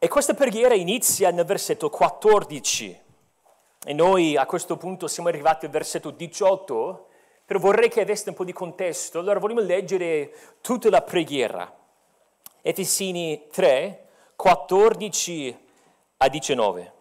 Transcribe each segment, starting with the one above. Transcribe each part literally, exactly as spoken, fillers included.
E questa preghiera inizia nel versetto quattordici. E noi a questo punto siamo arrivati al versetto diciotto, però vorrei che aveste un po' di contesto. Allora vogliamo leggere tutta la preghiera. Efesini tre, quattordici a diciannove.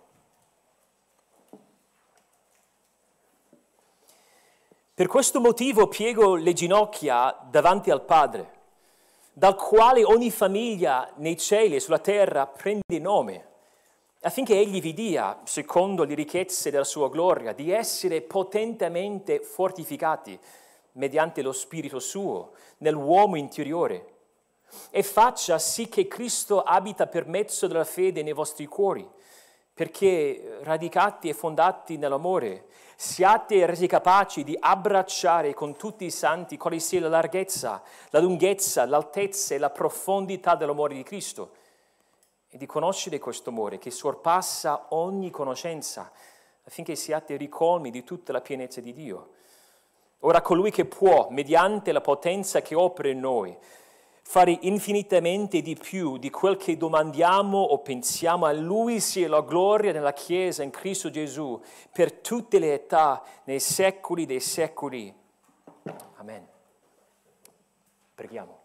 Per questo motivo piego le ginocchia davanti al Padre, dal quale ogni famiglia nei cieli e sulla terra prende nome, affinché Egli vi dia, secondo le ricchezze della sua gloria, di essere potentemente fortificati mediante lo Spirito suo nell'uomo interiore, e faccia sì che Cristo abita per mezzo della fede nei vostri cuori, perché radicati e fondati nell'amore, siate resi capaci di abbracciare con tutti i santi quale sia la larghezza, la lunghezza, l'altezza e la profondità dell'amore di Cristo, e di conoscere questo amore che sorpassa ogni conoscenza, affinché siate ricolmi di tutta la pienezza di Dio. Ora colui che può, mediante la potenza che opera in noi, fare infinitamente di più di quel che domandiamo o pensiamo, a Lui sia la gloria nella Chiesa in Cristo Gesù per tutte le età, nei secoli dei secoli. Amen. Preghiamo.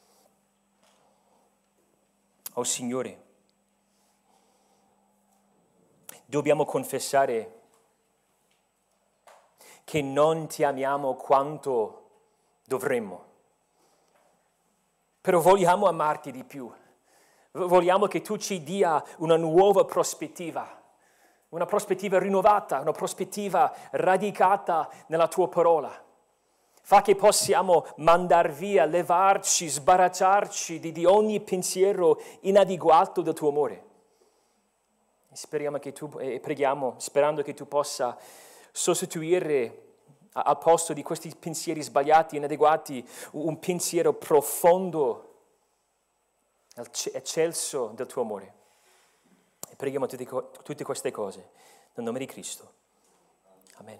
Oh Signore, dobbiamo confessare che non ti amiamo quanto dovremmo. Però vogliamo amarti di più, vogliamo che tu ci dia una nuova prospettiva, una prospettiva rinnovata, una prospettiva radicata nella tua parola. Fa che possiamo mandar via, levarci, sbarazzarci di, di ogni pensiero inadeguato del tuo amore. E speriamo che tu, e preghiamo, sperando che tu possa sostituire al posto di questi pensieri sbagliati, inadeguati, un pensiero profondo, eccelso del tuo amore. E preghiamo tutte, tutte queste cose nel nome di Cristo. Amen.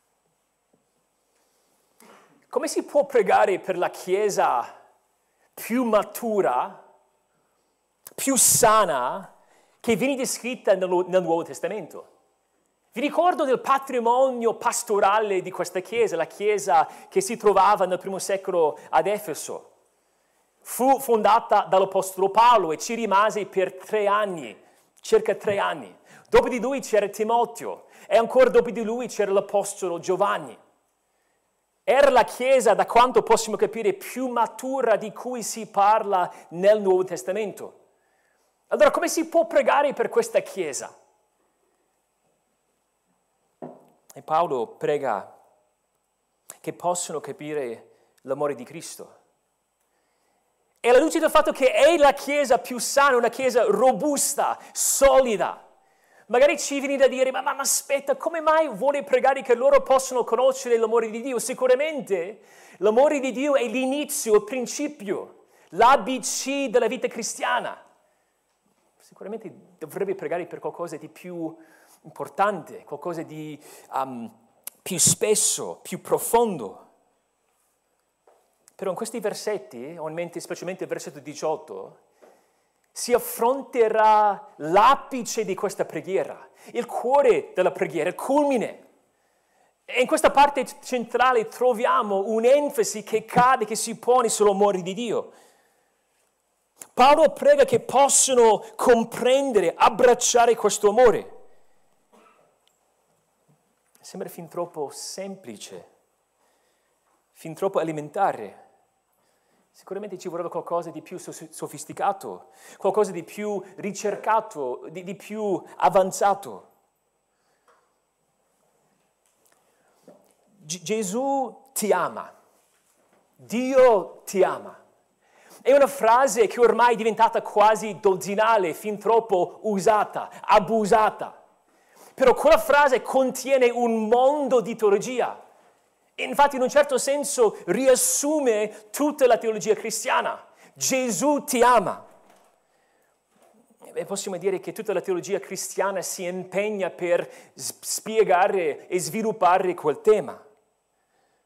Come si può pregare per la Chiesa più matura, più sana, che viene descritta nel, nel Nuovo Testamento? Vi ricordo del patrimonio pastorale di questa chiesa, la chiesa che si trovava nel primo secolo ad Efeso. Fu fondata dall'Apostolo Paolo e ci rimase per tre anni, circa tre anni. Dopo di lui c'era Timoteo e ancora dopo di lui c'era l'Apostolo Giovanni. Era la chiesa, da quanto possiamo capire, più matura di cui si parla nel Nuovo Testamento. Allora, come si può pregare per questa chiesa? E Paolo prega che possano capire l'amore di Cristo. E alla luce del fatto che è la chiesa più sana, una chiesa robusta, solida, magari ci viene da dire, ma, ma, ma aspetta, come mai vuole pregare che loro possano conoscere l'amore di Dio? Sicuramente l'amore di Dio è l'inizio, il principio, l'A B C della vita cristiana. Sicuramente dovrebbe pregare per qualcosa di più importante, qualcosa di um, più spesso, più profondo. Però in questi versetti, ho in mente specialmente il versetto diciotto, si affronterà l'apice di questa preghiera, il cuore della preghiera, il culmine. E in questa parte centrale troviamo un'enfasi che cade, che si pone sull'amore di Dio. Paolo prega che possano comprendere, abbracciare questo amore. Sembra fin troppo semplice, fin troppo elementare. Sicuramente ci vorrebbe qualcosa di più sofisticato, qualcosa di più ricercato, di, di più avanzato. G- Gesù ti ama, Dio ti ama. È una frase che ormai è diventata quasi dozzinale, fin troppo usata, abusata. Però quella frase contiene un mondo di teologia. Infatti, in un certo senso, riassume tutta la teologia cristiana. Gesù ti ama. E possiamo dire che tutta la teologia cristiana si impegna per spiegare e sviluppare quel tema.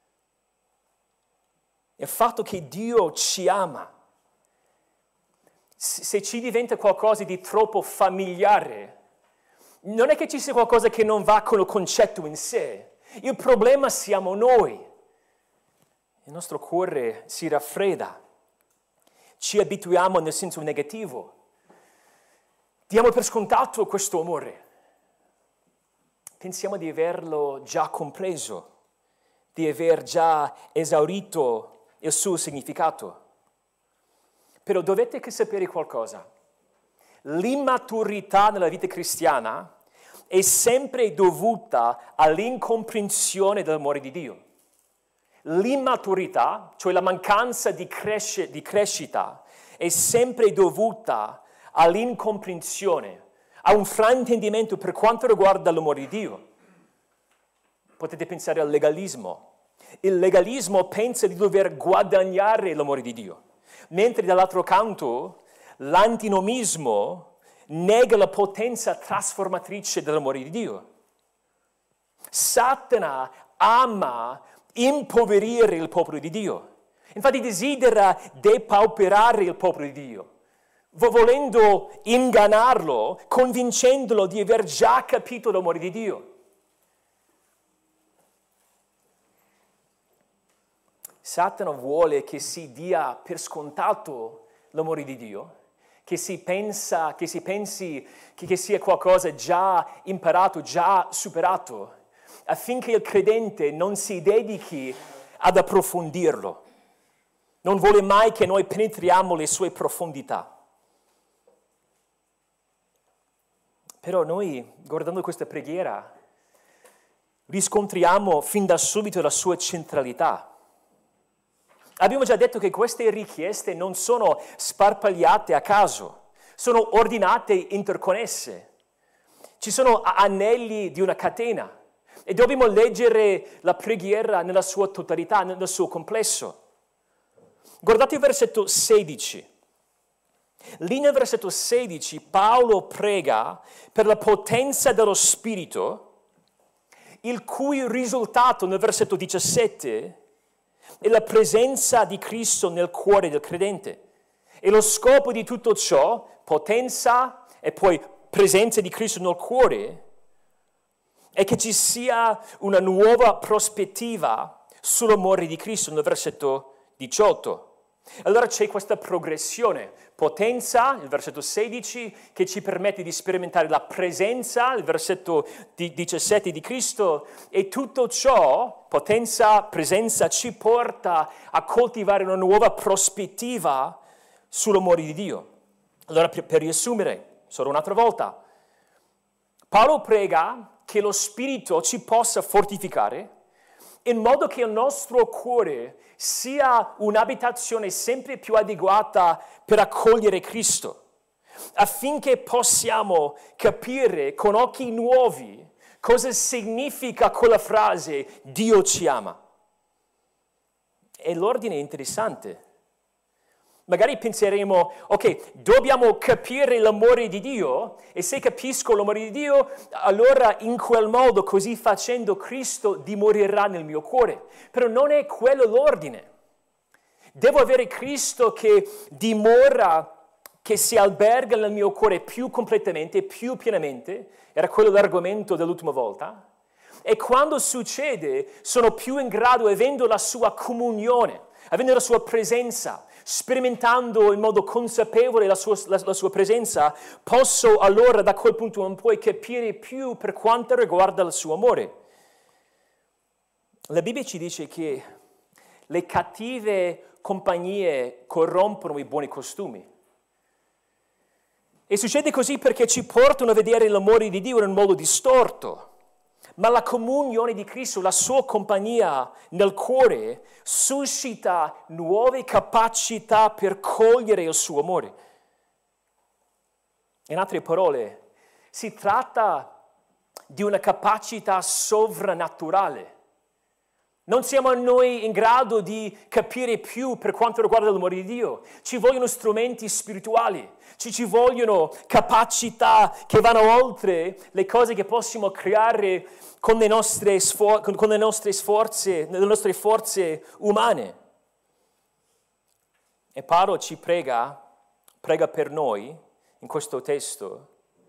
Il fatto che Dio ci ama se ci diventa qualcosa di troppo familiare, non è che ci sia qualcosa che non va con il concetto in sé. Il problema siamo noi. Il nostro cuore si raffredda. Ci abituiamo nel senso negativo. Diamo per scontato questo amore. Pensiamo di averlo già compreso, di aver già esaurito il suo significato. Però dovete che sapere qualcosa. L'immaturità nella vita cristiana è sempre dovuta all'incomprensione dell'amore di Dio. L'immaturità, cioè la mancanza di, cresce, di crescita, è sempre dovuta all'incomprensione, a un fraintendimento per quanto riguarda l'amore di Dio. Potete pensare al legalismo. Il legalismo pensa di dover guadagnare l'amore di Dio, mentre dall'altro canto l'antinomismo nega la potenza trasformatrice dell'amore di Dio. Satana ama impoverire il popolo di Dio. Infatti desidera depauperare il popolo di Dio, volendo ingannarlo, convincendolo di aver già capito l'amore di Dio. Satana vuole che si dia per scontato l'amore di Dio, che si pensa, che si pensi che, che sia qualcosa già imparato, già superato, affinché il credente non si dedichi ad approfondirlo. Non vuole mai che noi penetriamo le sue profondità. Però noi, guardando questa preghiera, riscontriamo fin da subito la sua centralità. Abbiamo già detto che queste richieste non sono sparpagliate a caso, sono ordinate interconnesse. Ci sono anelli di una catena e dobbiamo leggere la preghiera nella sua totalità, nel suo complesso. Guardate il versetto sedici. Lì nel versetto sedici Paolo prega per la potenza dello Spirito, il cui risultato nel versetto diciassette è la presenza di Cristo nel cuore del credente. E lo scopo di tutto ciò, potenza e poi presenza di Cristo nel cuore, è che ci sia una nuova prospettiva sull'amore di Cristo nel versetto diciotto. Allora c'è questa progressione, potenza, il versetto sedici, che ci permette di sperimentare la presenza, il versetto diciassette di Cristo, e tutto ciò, potenza, presenza, ci porta a coltivare una nuova prospettiva sull'amore di Dio. Allora, per, per riassumere, solo un'altra volta, Paolo prega che lo Spirito ci possa fortificare in modo che il nostro cuore sia un'abitazione sempre più adeguata per accogliere Cristo, affinché possiamo capire con occhi nuovi cosa significa quella frase Dio ci ama. E l'ordine è interessante. Magari penseremo, ok, dobbiamo capire l'amore di Dio, e se capisco l'amore di Dio, allora in quel modo, così facendo, Cristo dimorerà nel mio cuore. Però non è quello l'ordine. Devo avere Cristo che dimora, che si alberga nel mio cuore più completamente, più pienamente. Era quello l'argomento dell'ultima volta. E quando succede, sono più in grado, avendo la sua comunione, avendo la sua presenza, sperimentando in modo consapevole la sua, la, la sua presenza, posso allora da quel punto in poi capire più per quanto riguarda il suo amore. La Bibbia ci dice che le cattive compagnie corrompono i buoni costumi. E succede così perché ci portano a vedere l'amore di Dio in un modo distorto. Ma la comunione di Cristo, la sua compagnia nel cuore, suscita nuove capacità per cogliere il suo amore. In altre parole, si tratta di una capacità sovrannaturale. Non siamo noi in grado di capire più per quanto riguarda l'amore di Dio. Ci vogliono strumenti spirituali, ci, ci vogliono capacità che vanno oltre le cose che possiamo creare con le nostre, sfor- con le nostre sforze, le nostre forze umane. E Paolo ci prega prega per noi in questo testo,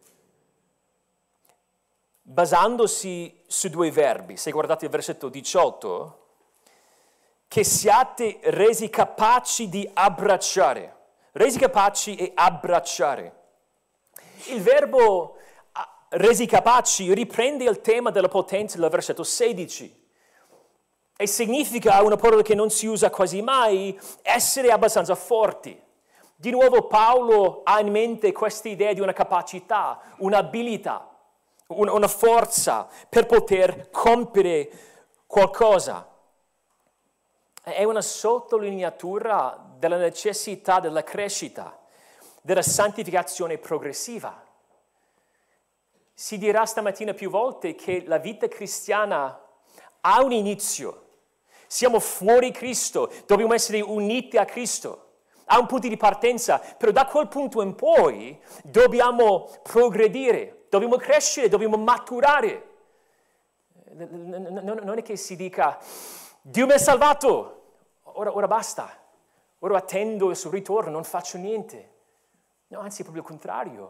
basandosi su due verbi. Se guardate il versetto diciotto, che siate resi capaci di abbracciare. Resi capaci e abbracciare. Il verbo resi capaci riprende il tema della potenza del versetto sedici e significa, una parola che non si usa quasi mai, essere abbastanza forti. Di nuovo Paolo ha in mente questa idea di una capacità, un'abilità, una forza per poter compiere qualcosa. È una sottolineatura della necessità della crescita, della santificazione progressiva. Si dirà stamattina più volte che la vita cristiana ha un inizio. Siamo fuori Cristo, dobbiamo essere uniti a Cristo. Ha un punto di partenza, però da quel punto in poi dobbiamo progredire, dobbiamo crescere, dobbiamo maturare. Non è che si dica, Dio mi ha salvato, ora, ora basta, ora attendo il suo ritorno, non faccio niente. No, anzi è proprio il contrario.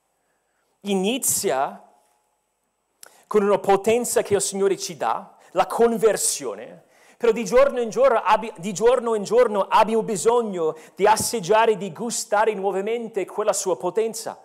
Inizia con una potenza che il Signore ci dà, la conversione, però di giorno in giorno, abbi, di giorno in giorno abbiamo bisogno di assaggiare, di gustare nuovamente quella sua potenza.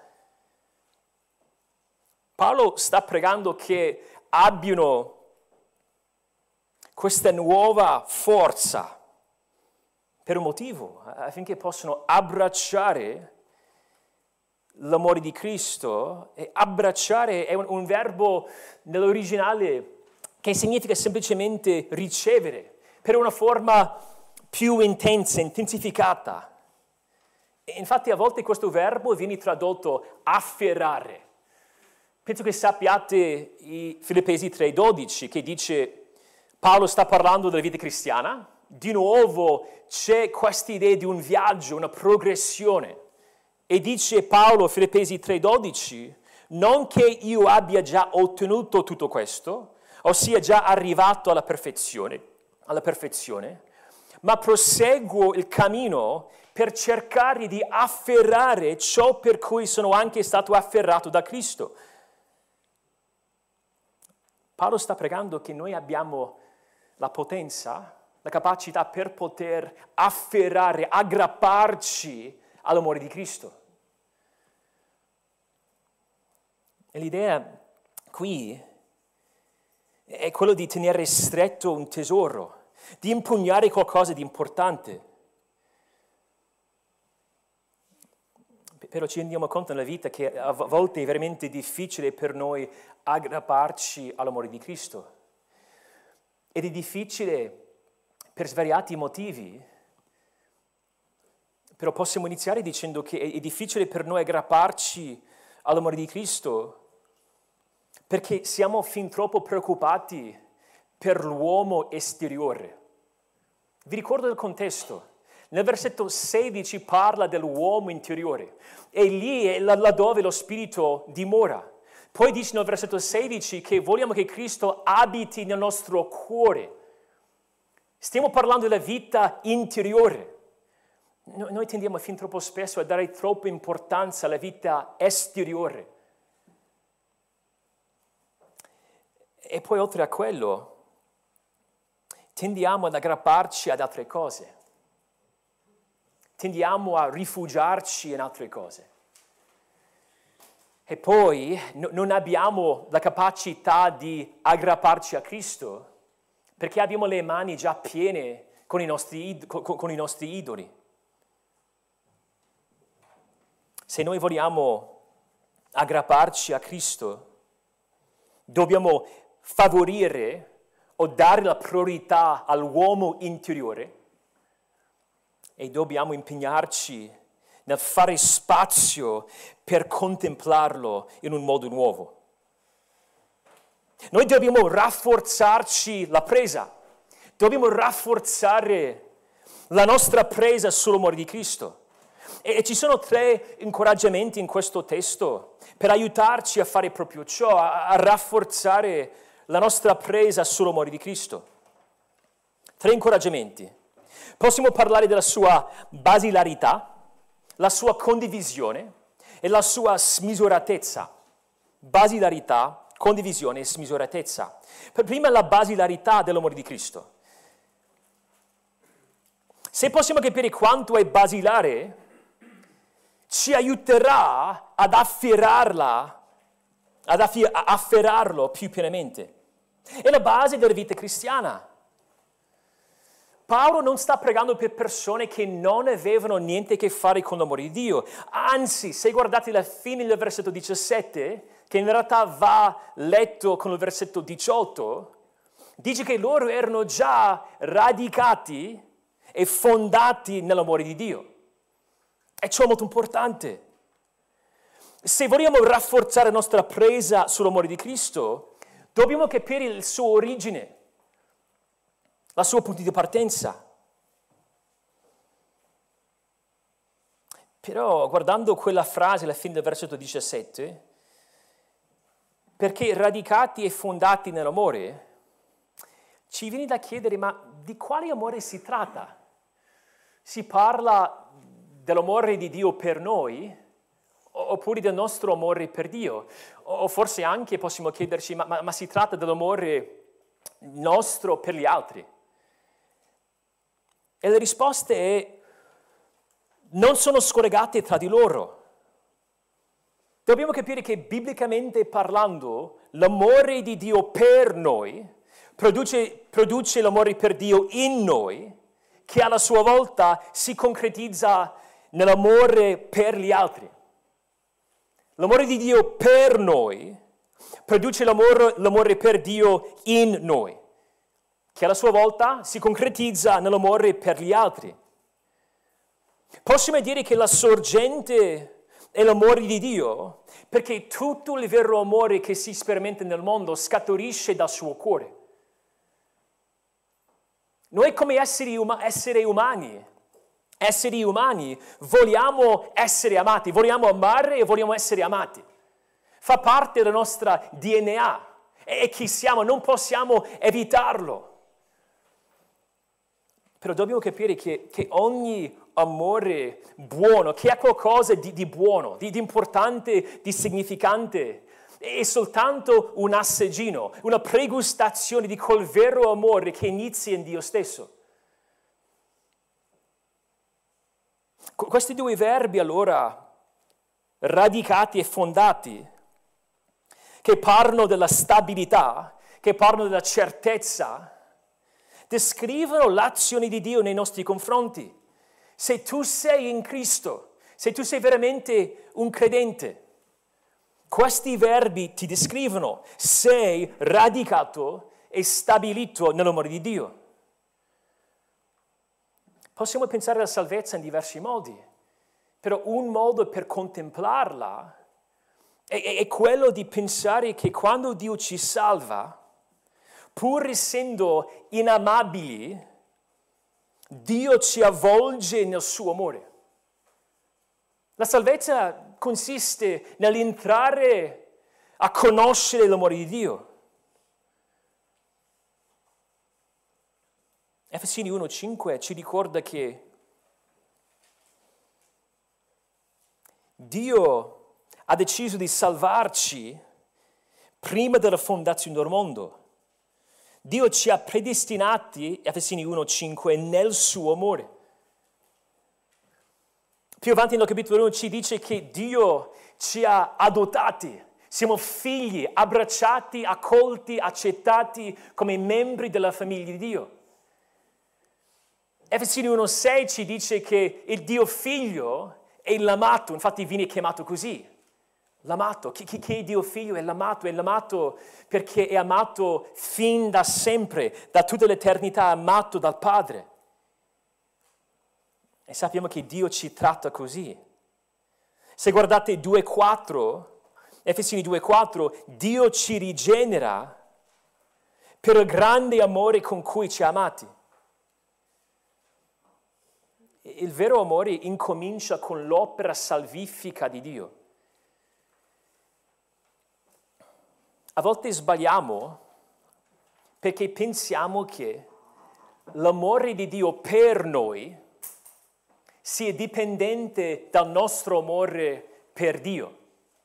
Paolo sta pregando che abbiano questa nuova forza per un motivo, affinché possano abbracciare l'amore di Cristo. E abbracciare è un, un verbo nell'originale che significa semplicemente ricevere, per una forma più intensa, intensificata. E infatti a volte questo verbo viene tradotto afferrare. Penso che sappiate i Filippesi tre dodici, che dice, Paolo sta parlando della vita cristiana, di nuovo c'è questa idea di un viaggio, una progressione. E dice Paolo, Filippesi tre dodici, non che io abbia già ottenuto tutto questo, o sia già arrivato alla perfezione, alla perfezione, ma proseguo il cammino per cercare di afferrare ciò per cui sono anche stato afferrato da Cristo. Paolo sta pregando che noi abbiamo la potenza, la capacità per poter afferrare, aggrapparci all'amore di Cristo. E l'idea qui è quello di tenere stretto un tesoro, di impugnare qualcosa di importante. Però ci rendiamo conto nella vita che a volte è veramente difficile per noi aggrapparci all'amore di Cristo. Ed è difficile per svariati motivi. Però possiamo iniziare dicendo che è difficile per noi aggrapparci all'amore di Cristo perché siamo fin troppo preoccupati per l'uomo esteriore. Vi ricordo il contesto. Nel versetto sedici parla dell'uomo interiore e lì è laddove lo Spirito dimora. Poi dice nel versetto sedici che vogliamo che Cristo abiti nel nostro cuore. Stiamo parlando della vita interiore. Noi tendiamo fin troppo spesso a dare troppa importanza alla vita esteriore. E poi oltre a quello, tendiamo ad aggrapparci ad altre cose. Tendiamo a rifugiarci in altre cose. E poi no, non abbiamo la capacità di aggrapparci a Cristo perché abbiamo le mani già piene con i nostri, con, con i nostri idoli. Se noi vogliamo aggrapparci a Cristo, dobbiamo favorire o dare la priorità all'uomo interiore e dobbiamo impegnarci nel fare spazio per contemplarlo in un modo nuovo. Noi dobbiamo rafforzarci la presa, dobbiamo rafforzare la nostra presa sull'amore di Cristo. E ci sono tre incoraggiamenti in questo testo per aiutarci a fare proprio ciò, a, a rafforzare la nostra presa sull'amore di Cristo. Tre incoraggiamenti. Possiamo parlare della sua basilarità, la sua condivisione e la sua smisuratezza. Basilarità, condivisione e smisuratezza. Per prima la basilarità dell'amore di Cristo. Se possiamo capire quanto è basilare, ci aiuterà ad afferrarla, ad affi- afferrarlo più pienamente. È la base della vita cristiana. Paolo non sta pregando per persone che non avevano niente a che fare con l'amore di Dio. Anzi, se guardate la fine del versetto diciassette, che in realtà va letto con il versetto diciotto, dice che loro erano già radicati e fondati nell'amore di Dio. E ciò è molto importante. Se vogliamo rafforzare la nostra presa sull'amore di Cristo, dobbiamo capire il suo origine, la sua punto di partenza. Però guardando quella frase alla fine del versetto diciassette, perché radicati e fondati nell'amore, ci viene da chiedere, ma di quale amore si tratta? Si parla dell'amore di Dio per noi, oppure del nostro amore per Dio? O forse anche possiamo chiederci, ma, ma, ma si tratta dell'amore nostro per gli altri? E la risposta è, non sono scollegate tra di loro. Dobbiamo capire che biblicamente parlando, l'amore di Dio per noi produce, produce l'amore per Dio in noi, che alla sua volta si concretizza nell'amore per gli altri. L'amore di Dio per noi produce l'amore, l'amore per Dio in noi, che alla sua volta si concretizza nell'amore per gli altri. Possiamo dire che la sorgente è l'amore di Dio, perché tutto il vero amore che si sperimenta nel mondo scaturisce dal suo cuore. Noi come esseri, um- esseri umani, esseri umani, vogliamo essere amati, vogliamo amare e vogliamo essere amati. Fa parte della nostra D N A, è chi siamo, non possiamo evitarlo. Però dobbiamo capire che, che ogni amore buono, che ha qualcosa di, di buono, di, di importante, di significante, è soltanto un assaggino, una pregustazione di quel vero amore che inizia in Dio stesso. Questi due verbi allora, radicati e fondati, che parlano della stabilità, che parlano della certezza, descrivono l'azione di Dio nei nostri confronti. Se tu sei in Cristo, se tu sei veramente un credente, questi verbi ti descrivono, sei radicato e stabilito nell'amore di Dio. Possiamo pensare alla salvezza in diversi modi, però un modo per contemplarla è, è quello di pensare che quando Dio ci salva, pur essendo inamabili, Dio ci avvolge nel suo amore. La salvezza consiste nell'entrare a conoscere l'amore di Dio. Efesini uno cinque ci ricorda che Dio ha deciso di salvarci prima della fondazione del mondo. Dio ci ha predestinati, Efesini uno cinque, nel suo amore. Più avanti nel capitolo uno ci dice che Dio ci ha adottati, siamo figli, abbracciati, accolti, accettati come membri della famiglia di Dio. Efesini uno sei ci dice che il Dio figlio è l'amato, infatti viene chiamato così. L'amato, chi, chi, chi è Dio figlio è l'amato, è l'amato perché è amato fin da sempre, da tutta l'eternità, amato dal Padre. E sappiamo che Dio ci tratta così. Se guardate due quattro, Efesini due quattro, Dio ci rigenera per il grande amore con cui ci ha amati. Il vero amore incomincia con l'opera salvifica di Dio. A volte sbagliamo perché pensiamo che l'amore di Dio per noi sia dipendente dal nostro amore per Dio.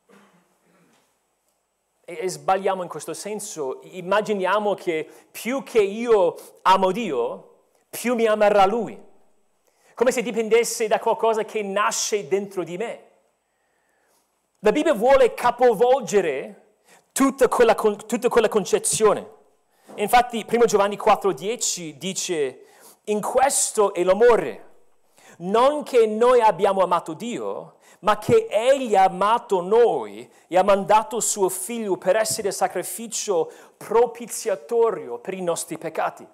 E, e sbagliamo in questo senso. Immaginiamo che più che io amo Dio, più mi amerà Lui. Come se dipendesse da qualcosa che nasce dentro di me. La Bibbia vuole capovolgere tutta quella, tutta quella concezione. Infatti, primo Giovanni quattro dieci dice: in questo è l'amore, non che noi abbiamo amato Dio, ma che Egli ha amato noi e ha mandato suo Figlio per essere sacrificio propiziatorio per i nostri peccati.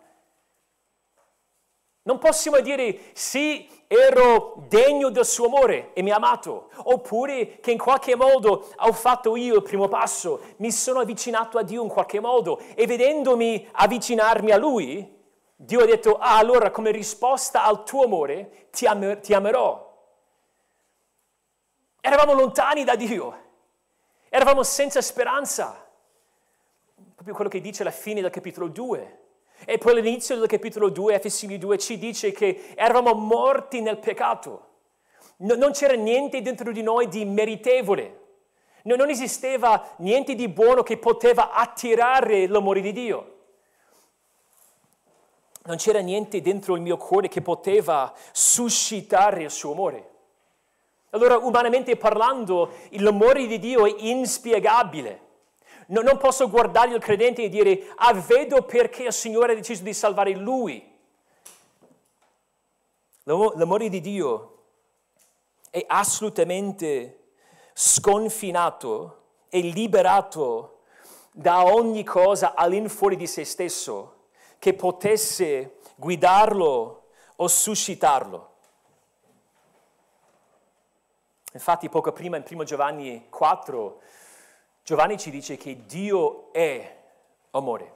Non possiamo dire sì, ero degno del suo amore e mi ha amato, oppure che in qualche modo ho fatto io il primo passo, mi sono avvicinato a Dio in qualche modo e vedendomi avvicinarmi a Lui, Dio ha detto: ah, allora come risposta al tuo amore ti, amer- ti amerò. Eravamo lontani da Dio, eravamo senza speranza, proprio quello che dice alla fine del capitolo due. E poi all'inizio del capitolo due, Efesini due, ci dice che eravamo morti nel peccato. No, non c'era niente dentro di noi di meritevole. No, non esisteva niente di buono che poteva attirare l'amore di Dio. Non c'era niente dentro il mio cuore che poteva suscitare il suo amore. Allora, umanamente parlando, l'amore di Dio è inspiegabile. No, non posso guardare il credente e dire: ah, vedo perché il Signore ha deciso di salvare lui. L'amore di Dio è assolutamente sconfinato e liberato da ogni cosa all'infuori di se stesso che potesse guidarlo o suscitarlo. Infatti, poco prima, in primo Giovanni quattro, Giovanni ci dice che Dio è amore.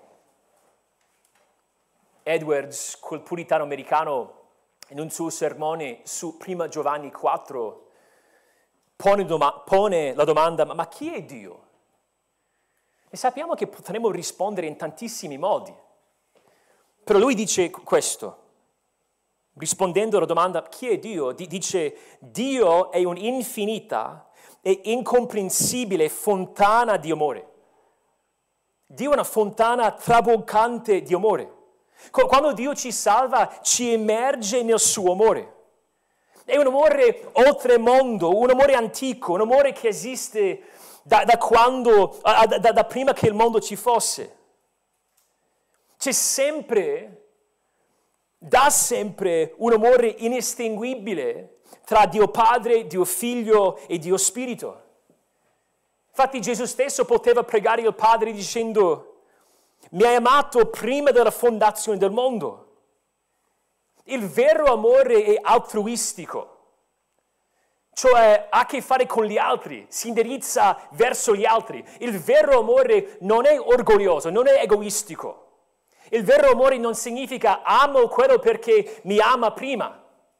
Edwards, quel puritano americano, in un suo sermone su primo Giovanni quattro, pone, doma- pone la domanda: ma chi è Dio? E sappiamo che potremmo rispondere in tantissimi modi. Però lui dice questo, rispondendo alla domanda chi è Dio, dice: Dio è un'infinita e incomprensibile fontana di amore. Dio è una fontana traboccante di amore. Quando Dio ci salva, ci emerge nel suo amore. È un amore oltremondo, un amore antico, un amore che esiste da, da quando, da, da prima che il mondo ci fosse. C'è sempre, da sempre, un amore inestinguibile tra Dio Padre, Dio Figlio e Dio Spirito. Infatti Gesù stesso poteva pregare il Padre dicendo: mi hai amato prima della fondazione del mondo. Il vero amore è altruistico, cioè ha a che fare con gli altri, si indirizza verso gli altri. Il vero amore non è orgoglioso, non è egoistico. Il vero amore non significa amo quello perché mi ama prima.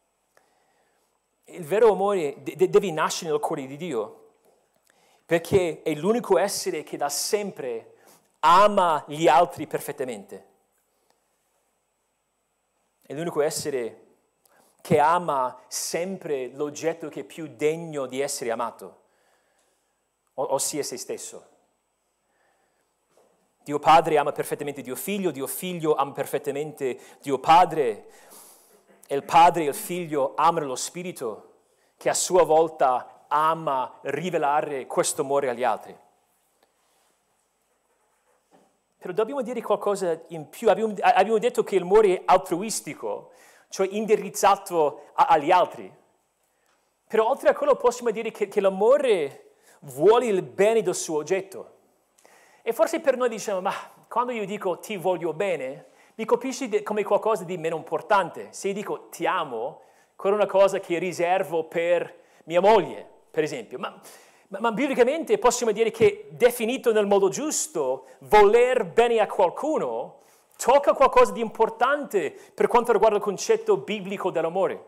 Il vero amore de- deve nascere nel cuore di Dio, perché è l'unico essere che da sempre ama gli altri perfettamente. È l'unico essere che ama sempre l'oggetto che è più degno di essere amato, ossia se stesso. Dio Padre ama perfettamente Dio Figlio, Dio Figlio ama perfettamente Dio Padre, e il Padre e il Figlio amano lo Spirito, che a sua volta ama rivelare questo amore agli altri. Però dobbiamo dire qualcosa in più. Abbiamo, abbiamo detto che l'amore è altruistico, cioè indirizzato a, agli altri. Però oltre a quello possiamo dire che, che l'amore vuole il bene del suo oggetto. E forse per noi diciamo: ma quando io dico ti voglio bene, mi capisci come qualcosa di meno importante. Se io dico ti amo, quella è una cosa che riservo per mia moglie, per esempio. Ma, ma, ma biblicamente possiamo dire che, definito nel modo giusto, voler bene a qualcuno tocca qualcosa di importante per quanto riguarda il concetto biblico dell'amore.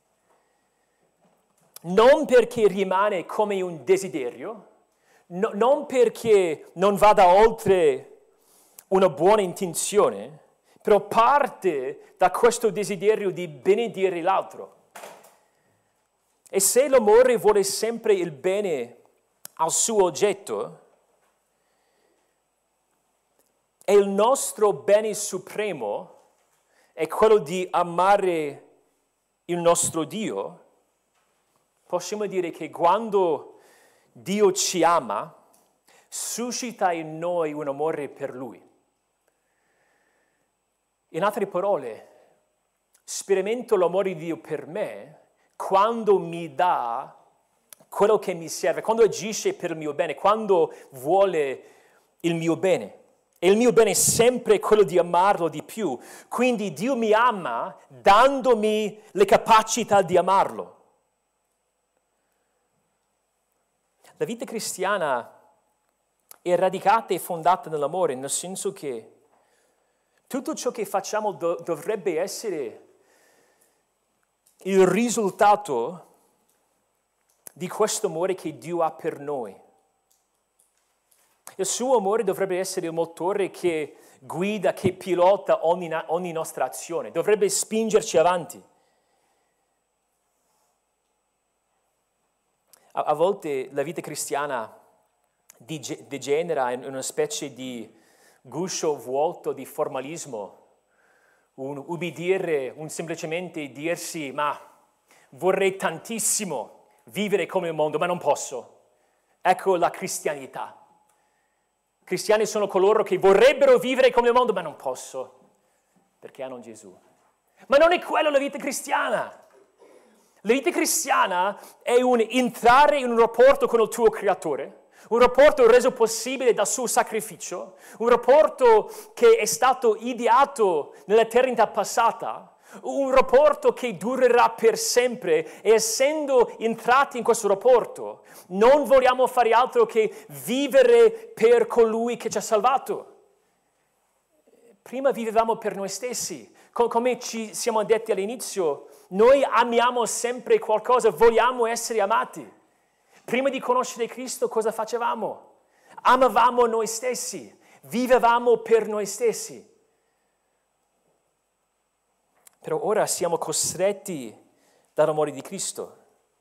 Non perché rimane come un desiderio, no, non perché non vada oltre una buona intenzione, però parte da questo desiderio di benedire l'altro. E se l'amore vuole sempre il bene al suo oggetto, e il nostro bene supremo è quello di amare il nostro Dio, possiamo dire che quando Dio ci ama, suscita in noi un amore per Lui. In altre parole, sperimento l'amore di Dio per me quando mi dà quello che mi serve, quando agisce per il mio bene, quando vuole il mio bene. E il mio bene è sempre quello di amarlo di più. Quindi Dio mi ama dandomi le capacità di amarlo. La vita cristiana è radicata e fondata nell'amore, nel senso che tutto ciò che facciamo do- dovrebbe essere il risultato di questo amore che Dio ha per noi. Il suo amore dovrebbe essere il motore che guida, che pilota ogni, ogni nostra azione, dovrebbe spingerci avanti. A, a volte la vita cristiana degenera in una specie di guscio vuoto di formalismo, un ubbidire, un semplicemente dirsi, ma vorrei tantissimo vivere come il mondo, ma non posso. Ecco la cristianità. Cristiani sono coloro che vorrebbero vivere come il mondo, ma non posso, perché hanno Gesù. Ma non è quello la vita cristiana. La vita cristiana è un entrare in un rapporto con il tuo Creatore, un rapporto reso possibile dal suo sacrificio, un rapporto che è stato ideato nell'eternità passata, un rapporto che durerà per sempre, e essendo entrati in questo rapporto non vogliamo fare altro che vivere per colui che ci ha salvato. Prima vivevamo per noi stessi, come ci siamo detti all'inizio, noi amiamo sempre qualcosa, vogliamo essere amati. Prima di conoscere Cristo cosa facevamo? Amavamo noi stessi, vivevamo per noi stessi. Però ora siamo costretti dall'amore di Cristo.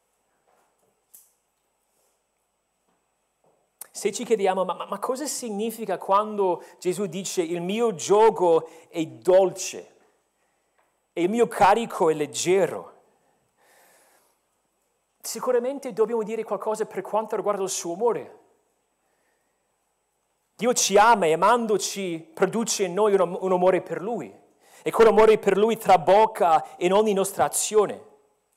Se ci chiediamo, ma, ma, ma cosa significa quando Gesù dice il mio giogo è dolce e il mio carico è leggero? Sicuramente dobbiamo dire qualcosa per quanto riguarda il suo amore. Dio ci ama e amandoci produce in noi un, un amore per Lui. E quell'amore per Lui trabocca in ogni nostra azione.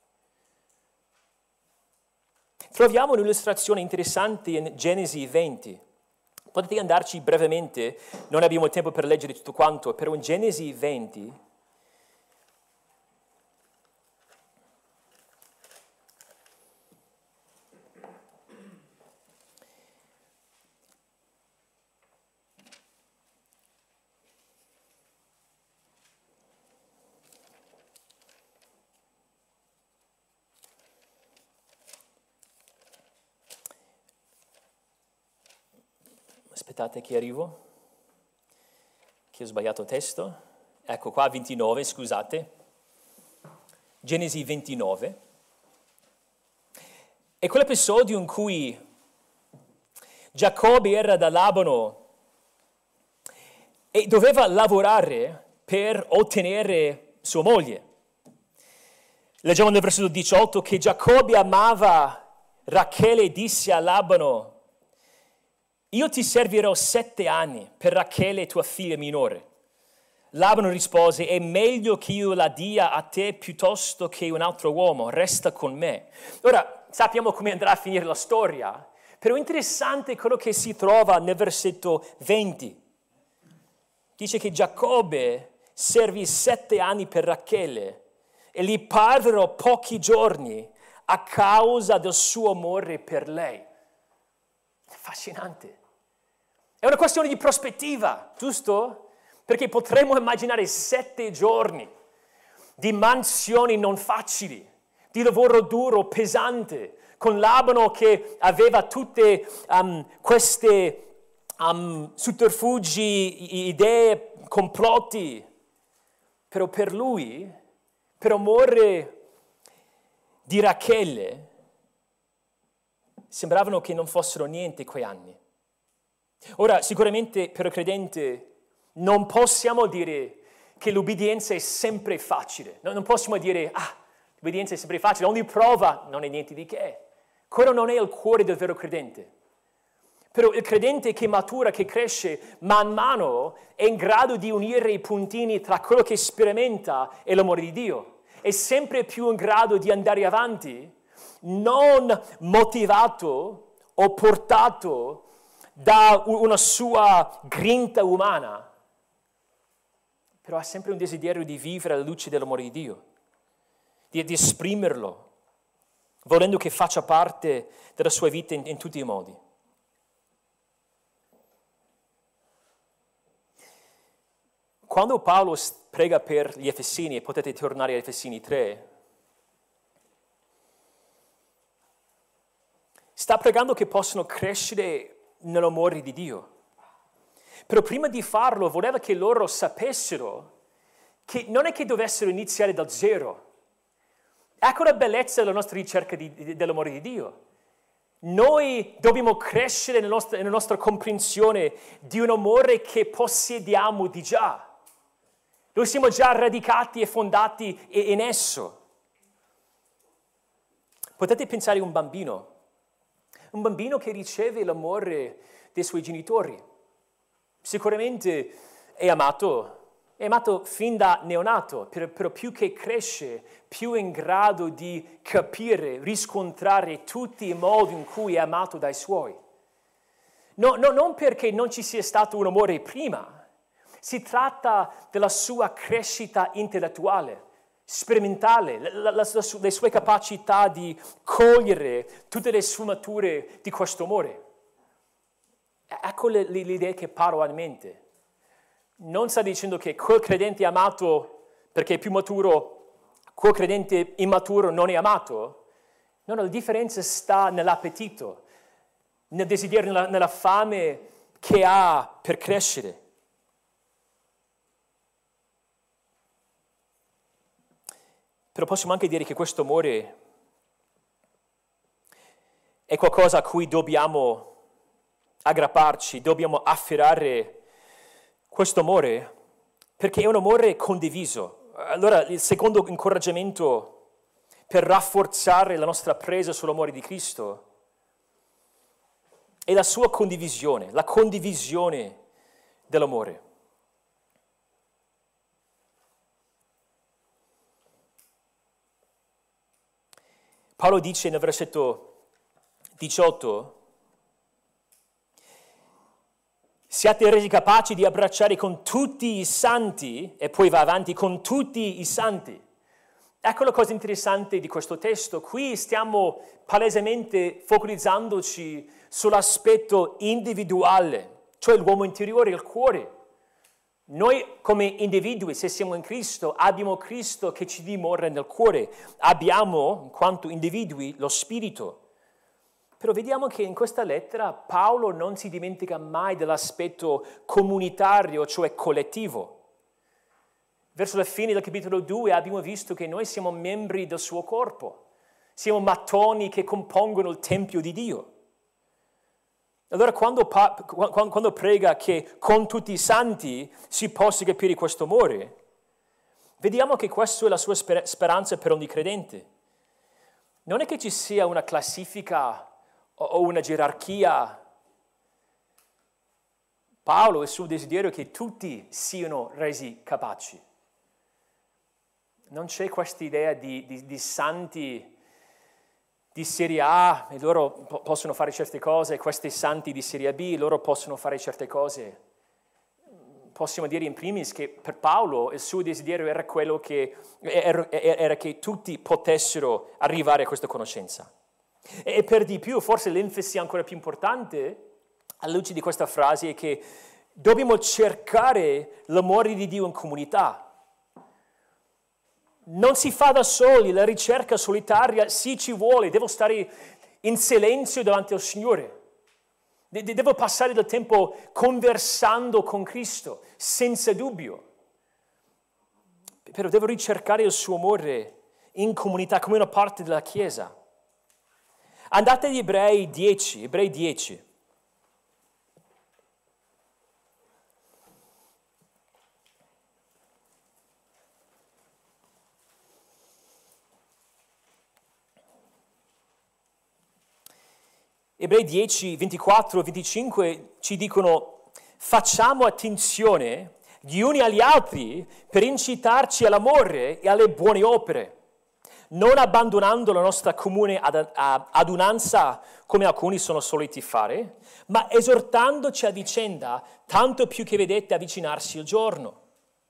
Troviamo un'illustrazione interessante in Genesi venti. Potete andarci brevemente, non abbiamo tempo per leggere tutto quanto, però in Genesi venti Aspettate che arrivo, che ho sbagliato testo. Ecco qua, ventinove, scusate. Genesi ventinove. È quell'episodio in cui Giacobbe era da Labano e doveva lavorare per ottenere sua moglie. Leggiamo nel versetto diciotto che Giacobbe amava Rachele e disse a Labano: io ti servirò sette anni per Rachele, tua figlia minore. Labano rispose: è meglio che io la dia a te piuttosto che un altro uomo, resta con me. Ora, sappiamo come andrà a finire la storia, però è interessante quello che si trova nel versetto venti. Dice che Giacobbe servì sette anni per Rachele e gli parvero pochi giorni a causa del suo amore per lei. Affascinante. È una questione di prospettiva, giusto? Perché potremmo immaginare sette giorni di mansioni non facili, di lavoro duro, pesante, con Labano che aveva tutte um, queste um, sotterfugi, idee, complotti. Però per lui, per amore di Rachele sembravano che non fossero niente quei anni. Ora, sicuramente per il credente non possiamo dire che l'obbedienza è sempre facile. Non possiamo dire, ah, l'obbedienza è sempre facile, ogni prova non è niente di che. Quello non è il cuore del vero credente. Però il credente che matura, che cresce man mano, è in grado di unire i puntini tra quello che sperimenta e l'amore di Dio. È sempre più in grado di andare avanti, non motivato o portato da una sua grinta umana, però ha sempre un desiderio di vivere alla luce dell'amore di Dio, di, di esprimerlo, volendo che faccia parte della sua vita in, in tutti i modi. Quando Paolo prega per gli Efesini, e potete tornare a Efesini tre, sta pregando che possano crescere nell'amore di Dio. Però prima di farlo voleva che loro sapessero che non è che dovessero iniziare da zero. Ecco la bellezza della nostra ricerca di, di, dell'amore di Dio. Noi dobbiamo crescere nella nostra, nella nostra comprensione di un amore che possediamo di già. Noi siamo già radicati e fondati in esso. Potete pensare a un bambino, un bambino che riceve l'amore dei suoi genitori. Sicuramente è amato, è amato fin da neonato, però più che cresce, più è in grado di capire, riscontrare tutti i modi in cui è amato dai suoi. No, no, non perché non ci sia stato un amore prima, si tratta della sua crescita intellettuale, sperimentale, la, la, la, le sue capacità di cogliere tutte le sfumature di questo amore. Ecco le, le, l'idea che Paolo ha in mente. Non sta dicendo che quel credente amato perché è più maturo, quel credente immaturo non è amato. No, no, la differenza sta nell'appetito, nel desiderio, nella, nella fame che ha per crescere. Però possiamo anche dire che questo amore è qualcosa a cui dobbiamo aggrapparci, dobbiamo afferrare questo amore, perché è un amore condiviso. Allora, il secondo incoraggiamento per rafforzare la nostra presa sull'amore di Cristo è la sua condivisione, la condivisione dell'amore. Paolo dice nel versetto diciotto: siate resi capaci di abbracciare con tutti i santi, e poi va avanti, con tutti i santi. Ecco la cosa interessante di questo testo. Qui stiamo palesemente focalizzandoci sull'aspetto individuale, cioè l'uomo interiore, il cuore. Noi come individui, se siamo in Cristo, abbiamo Cristo che ci dimora nel cuore. Abbiamo, in quanto individui, lo Spirito. Però vediamo che in questa lettera Paolo non si dimentica mai dell'aspetto comunitario, cioè collettivo. Verso la fine del capitolo due abbiamo visto che noi siamo membri del suo corpo, siamo mattoni che compongono il Tempio di Dio. Allora quando, quando prega che con tutti i santi si possa capire questo amore, vediamo che questa è la sua speranza per ogni credente. Non è che ci sia una classifica o una gerarchia. Paolo, il suo desiderio è che tutti siano resi capaci. Non c'è questa idea di, di, di santi di serie A, e loro po- possono fare certe cose, e questi santi di serie B, loro possono fare certe cose. Possiamo dire in primis che per Paolo il suo desiderio era quello che, era, era che tutti potessero arrivare a questa conoscenza. E per di più, forse l'enfasi ancora più importante, alla luce di questa frase, è che dobbiamo cercare l'amore di Dio in comunità. Non si fa da soli, la ricerca solitaria sì ci vuole, devo stare in silenzio davanti al Signore. De- devo passare del tempo conversando con Cristo, senza dubbio. Però devo ricercare il suo amore in comunità, come una parte della Chiesa. Andate agli Ebrei dieci, Ebrei dieci. Ebrei dieci, ventiquattro, venticinque ci dicono: facciamo attenzione gli uni agli altri per incitarci all'amore e alle buone opere, non abbandonando la nostra comune ad- a- adunanza come alcuni sono soliti fare, ma esortandoci a vicenda, tanto più che vedete avvicinarsi il giorno.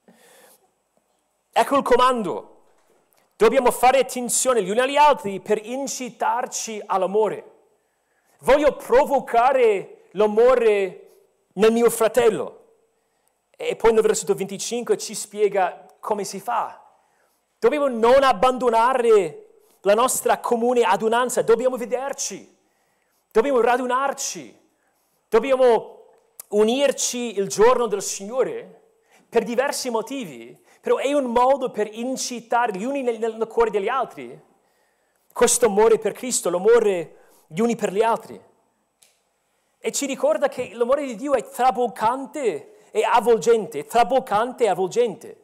Ecco il comando. Dobbiamo fare attenzione gli uni agli altri per incitarci all'amore. Voglio provocare l'amore nel mio fratello. E poi nel versetto venticinque ci spiega come si fa. Dobbiamo non abbandonare la nostra comune adunanza, dobbiamo vederci, dobbiamo radunarci, dobbiamo unirci il giorno del Signore per diversi motivi, però è un modo per incitare gli uni nel, nel cuore degli altri questo amore per Cristo, l'amore gli uni per gli altri. E ci ricorda che l'amore di Dio è traboccante e avvolgente, traboccante e avvolgente.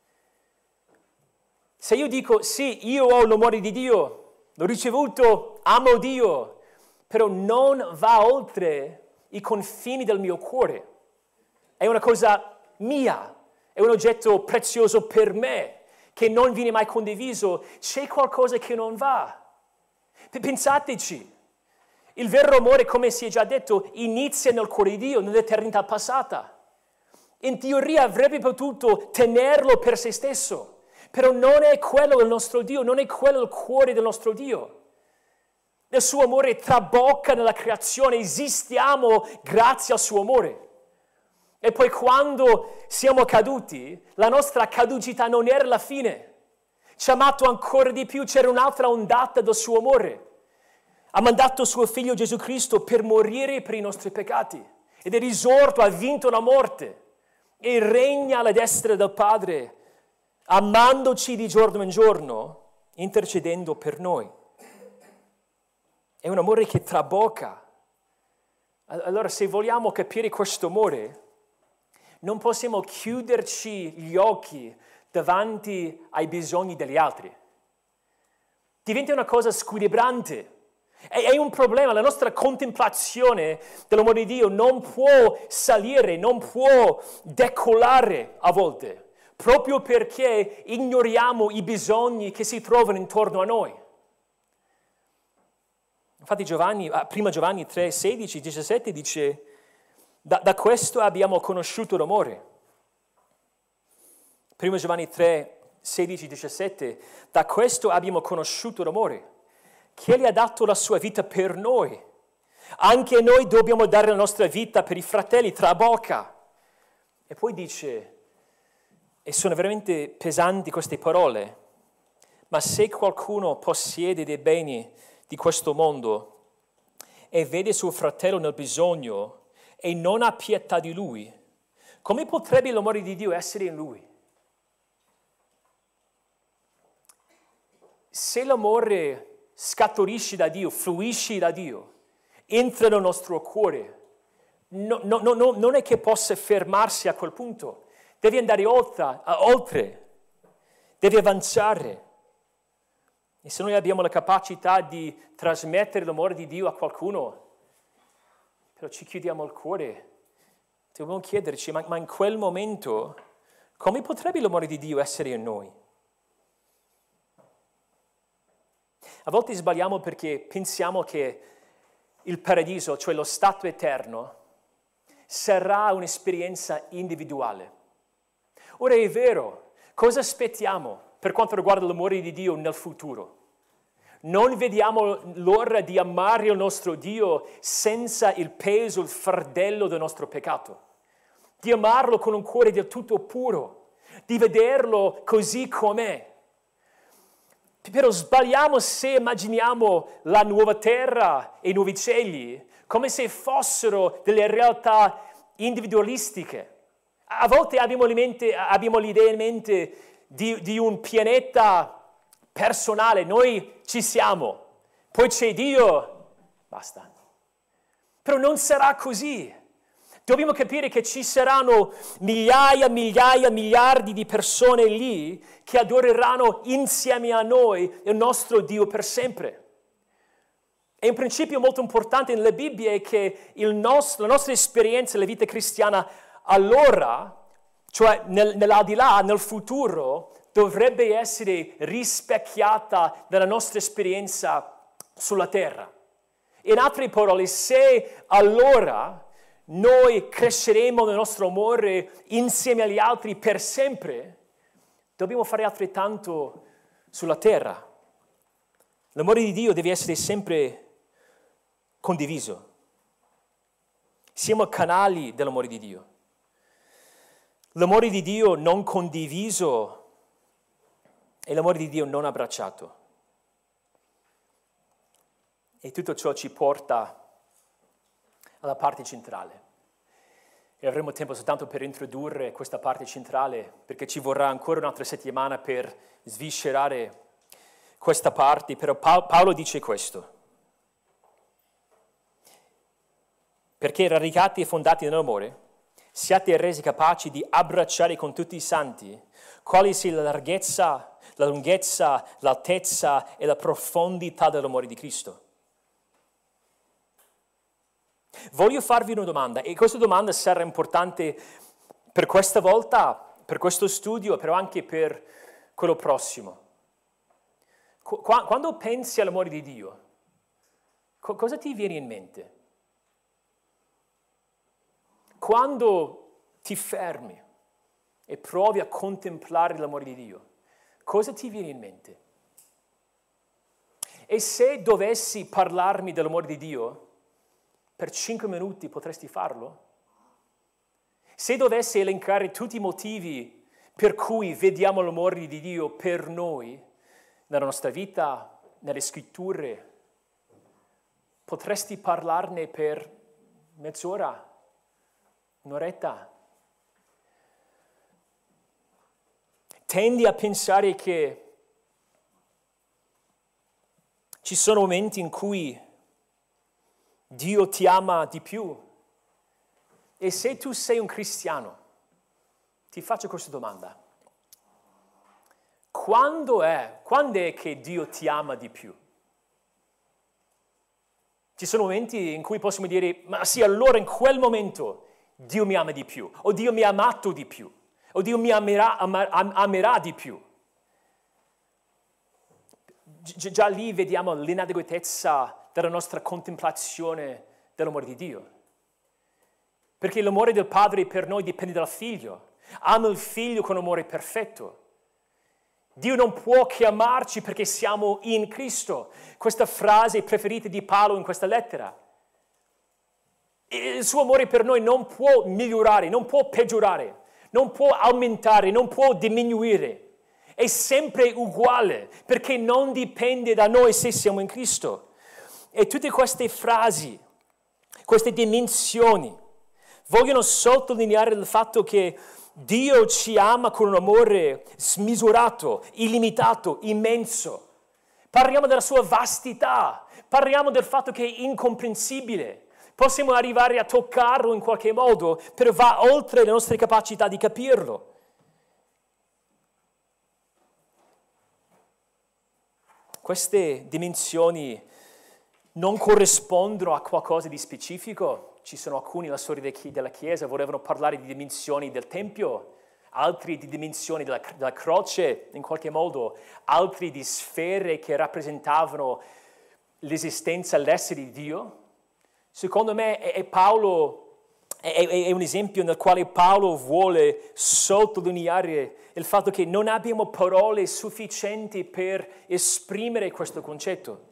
Se io dico, sì, io ho l'amore di Dio, l'ho ricevuto, amo Dio, però non va oltre i confini del mio cuore. È una cosa mia, è un oggetto prezioso per me, che non viene mai condiviso, c'è qualcosa che non va. Pensateci. Il vero amore, come si è già detto, inizia nel cuore di Dio, nell'eternità passata. In teoria avrebbe potuto tenerlo per se stesso, però non è quello il nostro Dio, non è quello il cuore del nostro Dio. Il suo amore trabocca nella creazione, esistiamo grazie al suo amore. E poi quando siamo caduti, la nostra caducità non era la fine. Ci ha amato ancora di più, c'era un'altra ondata del suo amore. Ha mandato suo figlio Gesù Cristo per morire per i nostri peccati. Ed è risorto, ha vinto la morte. E regna alla destra del Padre, amandoci di giorno in giorno, intercedendo per noi. È un amore che trabocca. Allora, se vogliamo capire questo amore, non possiamo chiuderci gli occhi davanti ai bisogni degli altri. Diventa una cosa squilibrante. È un problema, la nostra contemplazione dell'amore di Dio non può salire, non può decollare a volte, proprio perché ignoriamo i bisogni che si trovano intorno a noi. Infatti Giovanni, prima Giovanni tre, sedici, diciassette dice: da, da questo abbiamo conosciuto l'amore. Prima Giovanni tre, sedici, diciassette, da questo abbiamo conosciuto l'amore, che Egli ha dato la sua vita per noi. Anche noi dobbiamo dare la nostra vita per i fratelli, trabocca. E poi dice, e sono veramente pesanti queste parole, ma se qualcuno possiede dei beni di questo mondo e vede suo fratello nel bisogno e non ha pietà di lui, come potrebbe l'amore di Dio essere in lui? Se l'amore scaturisce da Dio, fluisce da Dio, entra nel nostro cuore, no, no, no, no, non è che possa fermarsi a quel punto, deve andare oltre, oltre, deve avanzare. E se noi abbiamo la capacità di trasmettere l'amore di Dio a qualcuno, però ci chiudiamo il cuore, dobbiamo chiederci, ma, ma in quel momento, come potrebbe l'amore di Dio essere in noi? A volte sbagliamo perché pensiamo che il paradiso, cioè lo stato eterno, sarà un'esperienza individuale. Ora è vero, cosa aspettiamo per quanto riguarda l'amore di Dio nel futuro? Non vediamo l'ora di amare il nostro Dio senza il peso, il fardello del nostro peccato, di amarlo con un cuore del tutto puro, di vederlo così com'è. Però sbagliamo se immaginiamo la nuova terra e i nuovi cieli come se fossero delle realtà individualistiche. A volte abbiamo, mente, abbiamo l'idea in mente di, di un pianeta personale, noi ci siamo, poi c'è Dio, basta. Però non sarà così. Dobbiamo capire che ci saranno migliaia, migliaia, miliardi di persone lì che adoreranno insieme a noi il nostro Dio per sempre. E un principio molto importante nella Bibbia è che il nostro, la nostra esperienza della vita cristiana allora, cioè nel, nell'aldilà, nel futuro, dovrebbe essere rispecchiata dalla nostra esperienza sulla terra. In altre parole, se allora noi cresceremo nel nostro amore insieme agli altri per sempre, dobbiamo fare altrettanto sulla terra. L'amore di Dio deve essere sempre condiviso. Siamo canali dell'amore di Dio. L'amore di Dio non condiviso è l'amore di Dio non abbracciato. E tutto ciò ci porta alla parte centrale. E avremo tempo soltanto per introdurre questa parte centrale, perché ci vorrà ancora un'altra settimana per sviscerare questa parte, però Paolo dice questo. Perché radicati e fondati nell'amore, siate resi capaci di abbracciare con tutti i santi quali sia la larghezza, la lunghezza, l'altezza e la profondità dell'amore di Cristo. Voglio farvi una domanda, e questa domanda sarà importante per questa volta, per questo studio, però anche per quello prossimo. Qu- quando pensi all'amore di Dio, co- cosa ti viene in mente? Quando ti fermi e provi a contemplare l'amore di Dio, cosa ti viene in mente? E se dovessi parlarmi dell'amore di Dio, per cinque minuti potresti farlo? Se dovessi elencare tutti i motivi per cui vediamo l'amore di Dio per noi, nella nostra vita, nelle scritture, potresti parlarne per mezz'ora, un'oretta? Tendi a pensare che ci sono momenti in cui Dio ti ama di più. E se tu sei un cristiano, ti faccio questa domanda. Quando è, quando è che Dio ti ama di più? Ci sono momenti in cui possiamo dire, ma sì, allora in quel momento Dio mi ama di più, o Dio mi ha amato di più, o Dio mi amerà, amer, amerà di più. Gi- già lì vediamo l'inadeguatezza della nostra contemplazione dell'amore di Dio. Perché l'amore del Padre per noi dipende dal Figlio. Ama il Figlio con amore perfetto. Dio non può chiamarci perché siamo in Cristo. Questa frase preferita di Paolo in questa lettera. Il suo amore per noi non può migliorare, non può peggiorare, non può aumentare, non può diminuire. È sempre uguale perché non dipende da noi se siamo in Cristo. E tutte queste frasi, queste dimensioni, vogliono sottolineare il fatto che Dio ci ama con un amore smisurato, illimitato, immenso. Parliamo della sua vastità, parliamo del fatto che è incomprensibile. Possiamo arrivare a toccarlo in qualche modo, però va oltre le nostre capacità di capirlo. Queste dimensioni non corrispondono a qualcosa di specifico. Ci sono alcuni nella storia della Chiesa che volevano parlare di dimensioni del Tempio, altri di dimensioni della, della croce in qualche modo, altri di sfere che rappresentavano l'esistenza, l'essere di Dio. Secondo me è, è Paolo, è, è un esempio nel quale Paolo vuole sottolineare il fatto che non abbiamo parole sufficienti per esprimere questo concetto.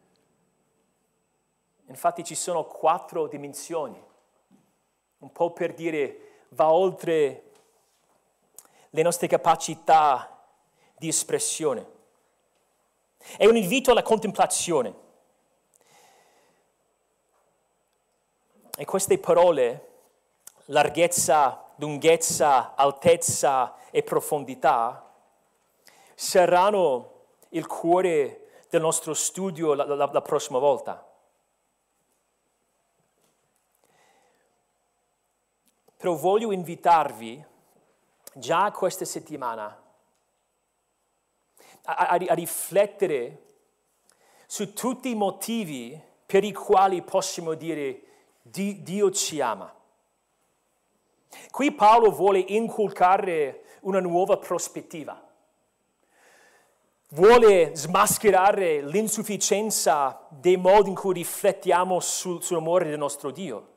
Infatti ci sono quattro dimensioni, un po' per dire va oltre le nostre capacità di espressione. È un invito alla contemplazione. E queste parole, larghezza, lunghezza, altezza e profondità, saranno il cuore del nostro studio la, la, la prossima volta. Però voglio invitarvi già questa settimana a, a, a riflettere su tutti i motivi per i quali possiamo dire Dio ci ama. Qui Paolo vuole inculcare una nuova prospettiva. Vuole smascherare l'insufficienza dei modi in cui riflettiamo sul, sull'amore del nostro Dio.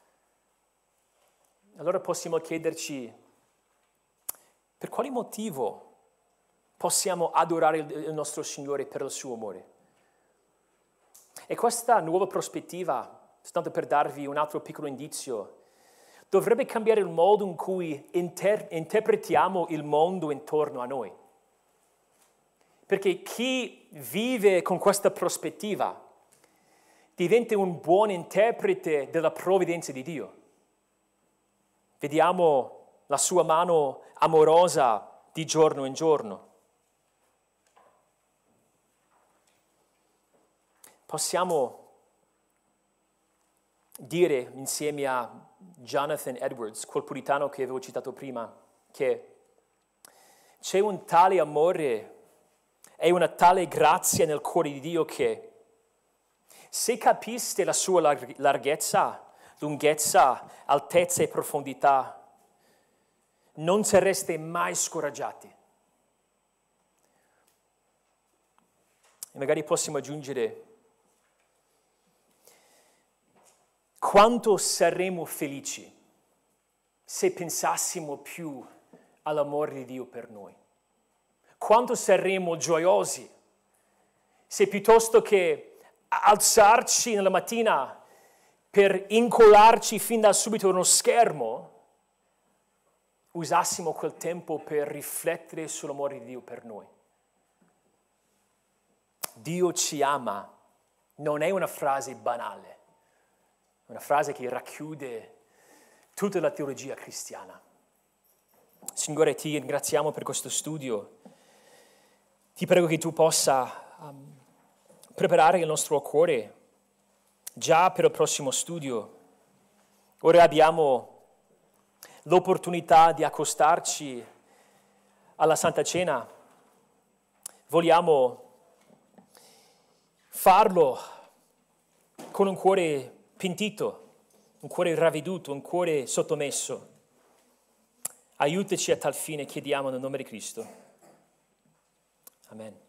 Allora possiamo chiederci, per quale motivo possiamo adorare il nostro Signore per il suo amore? E questa nuova prospettiva, soltanto per darvi un altro piccolo indizio, dovrebbe cambiare il modo in cui inter- interpretiamo il mondo intorno a noi. Perché chi vive con questa prospettiva diventa un buon interprete della provvidenza di Dio. Vediamo la sua mano amorosa di giorno in giorno. Possiamo dire insieme a Jonathan Edwards, quel puritano che avevo citato prima, che c'è un tale amore e una tale grazia nel cuore di Dio che se capiste la sua larghezza, lunghezza, altezza e profondità, non sareste mai scoraggiati. E magari possiamo aggiungere: quanto saremmo felici se pensassimo più all'amore di Dio per noi? Quanto saremmo gioiosi se piuttosto che alzarci nella mattina per incollarci fin da subito uno schermo, usassimo quel tempo per riflettere sull'amore di Dio per noi. Dio ci ama non è una frase banale. Una frase che racchiude tutta la teologia cristiana. Signore, ti ringraziamo per questo studio. Ti prego che tu possa um, preparare il nostro cuore già per il prossimo studio. Ora abbiamo l'opportunità di accostarci alla Santa Cena. Vogliamo farlo con un cuore pentito, un cuore ravveduto, un cuore sottomesso. Aiutaci a tal fine, chiediamo nel nome di Cristo. Amen.